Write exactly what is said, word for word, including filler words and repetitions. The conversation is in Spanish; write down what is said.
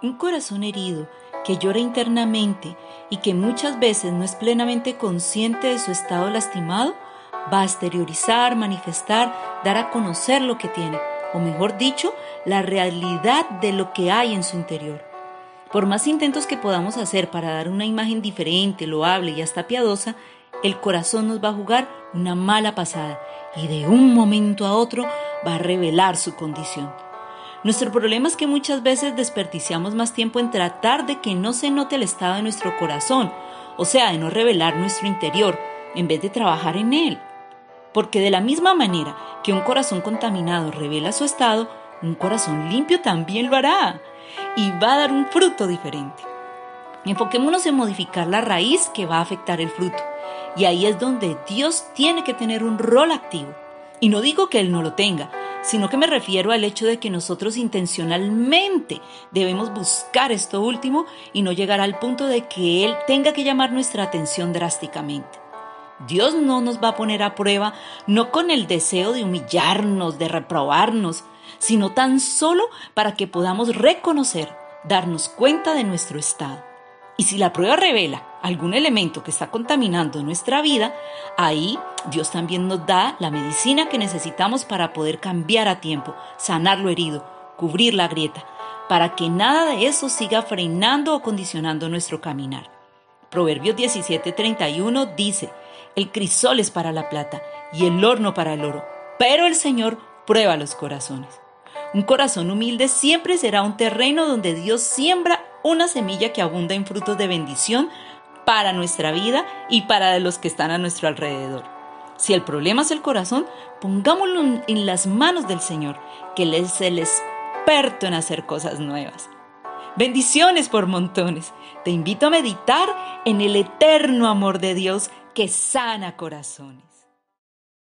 Un corazón herido que llora internamente y que muchas veces no es plenamente consciente de su estado lastimado, va a exteriorizar, manifestar, dar a conocer lo que tiene, o mejor dicho, la realidad de lo que hay en su interior. Por más intentos que podamos hacer para dar una imagen diferente, loable y hasta piadosa, el corazón nos va a jugar una mala pasada y de un momento a otro va a revelar su condición. Nuestro problema es que muchas veces desperdiciamos más tiempo en tratar de que no se note el estado de nuestro corazón, o sea, de no revelar nuestro interior, en vez de trabajar en él. Porque de la misma manera que un corazón contaminado revela su estado, un corazón limpio también lo hará y va a dar un fruto diferente. Enfoquémonos en modificar la raíz que va a afectar el fruto, y ahí es donde Dios tiene que tener un rol activo. Y no digo que Él no lo tenga, sino que me refiero al hecho de que nosotros intencionalmente debemos buscar esto último y no llegar al punto de que Él tenga que llamar nuestra atención drásticamente. Dios no nos va a poner a prueba, no con el deseo de humillarnos, de reprobarnos, sino tan solo para que podamos reconocer, darnos cuenta de nuestro estado. Y si la prueba revela algún elemento que está contaminando nuestra vida, ahí Dios también nos da la medicina que necesitamos para poder cambiar a tiempo, sanar lo herido, cubrir la grieta, para que nada de eso siga frenando o condicionando nuestro caminar. Proverbios diecisiete treinta y uno dice: el crisol es para la plata y el horno para el oro, pero el Señor prueba los corazones. Un corazón humilde siempre será un terreno donde Dios siembra una semilla que abunda en frutos de bendición para nuestra vida y para los que están a nuestro alrededor. Si el problema es el corazón, pongámoslo en las manos del Señor, que Él es el experto en hacer cosas nuevas. Bendiciones por montones. Te invito a meditar en el eterno amor de Dios que sana corazones.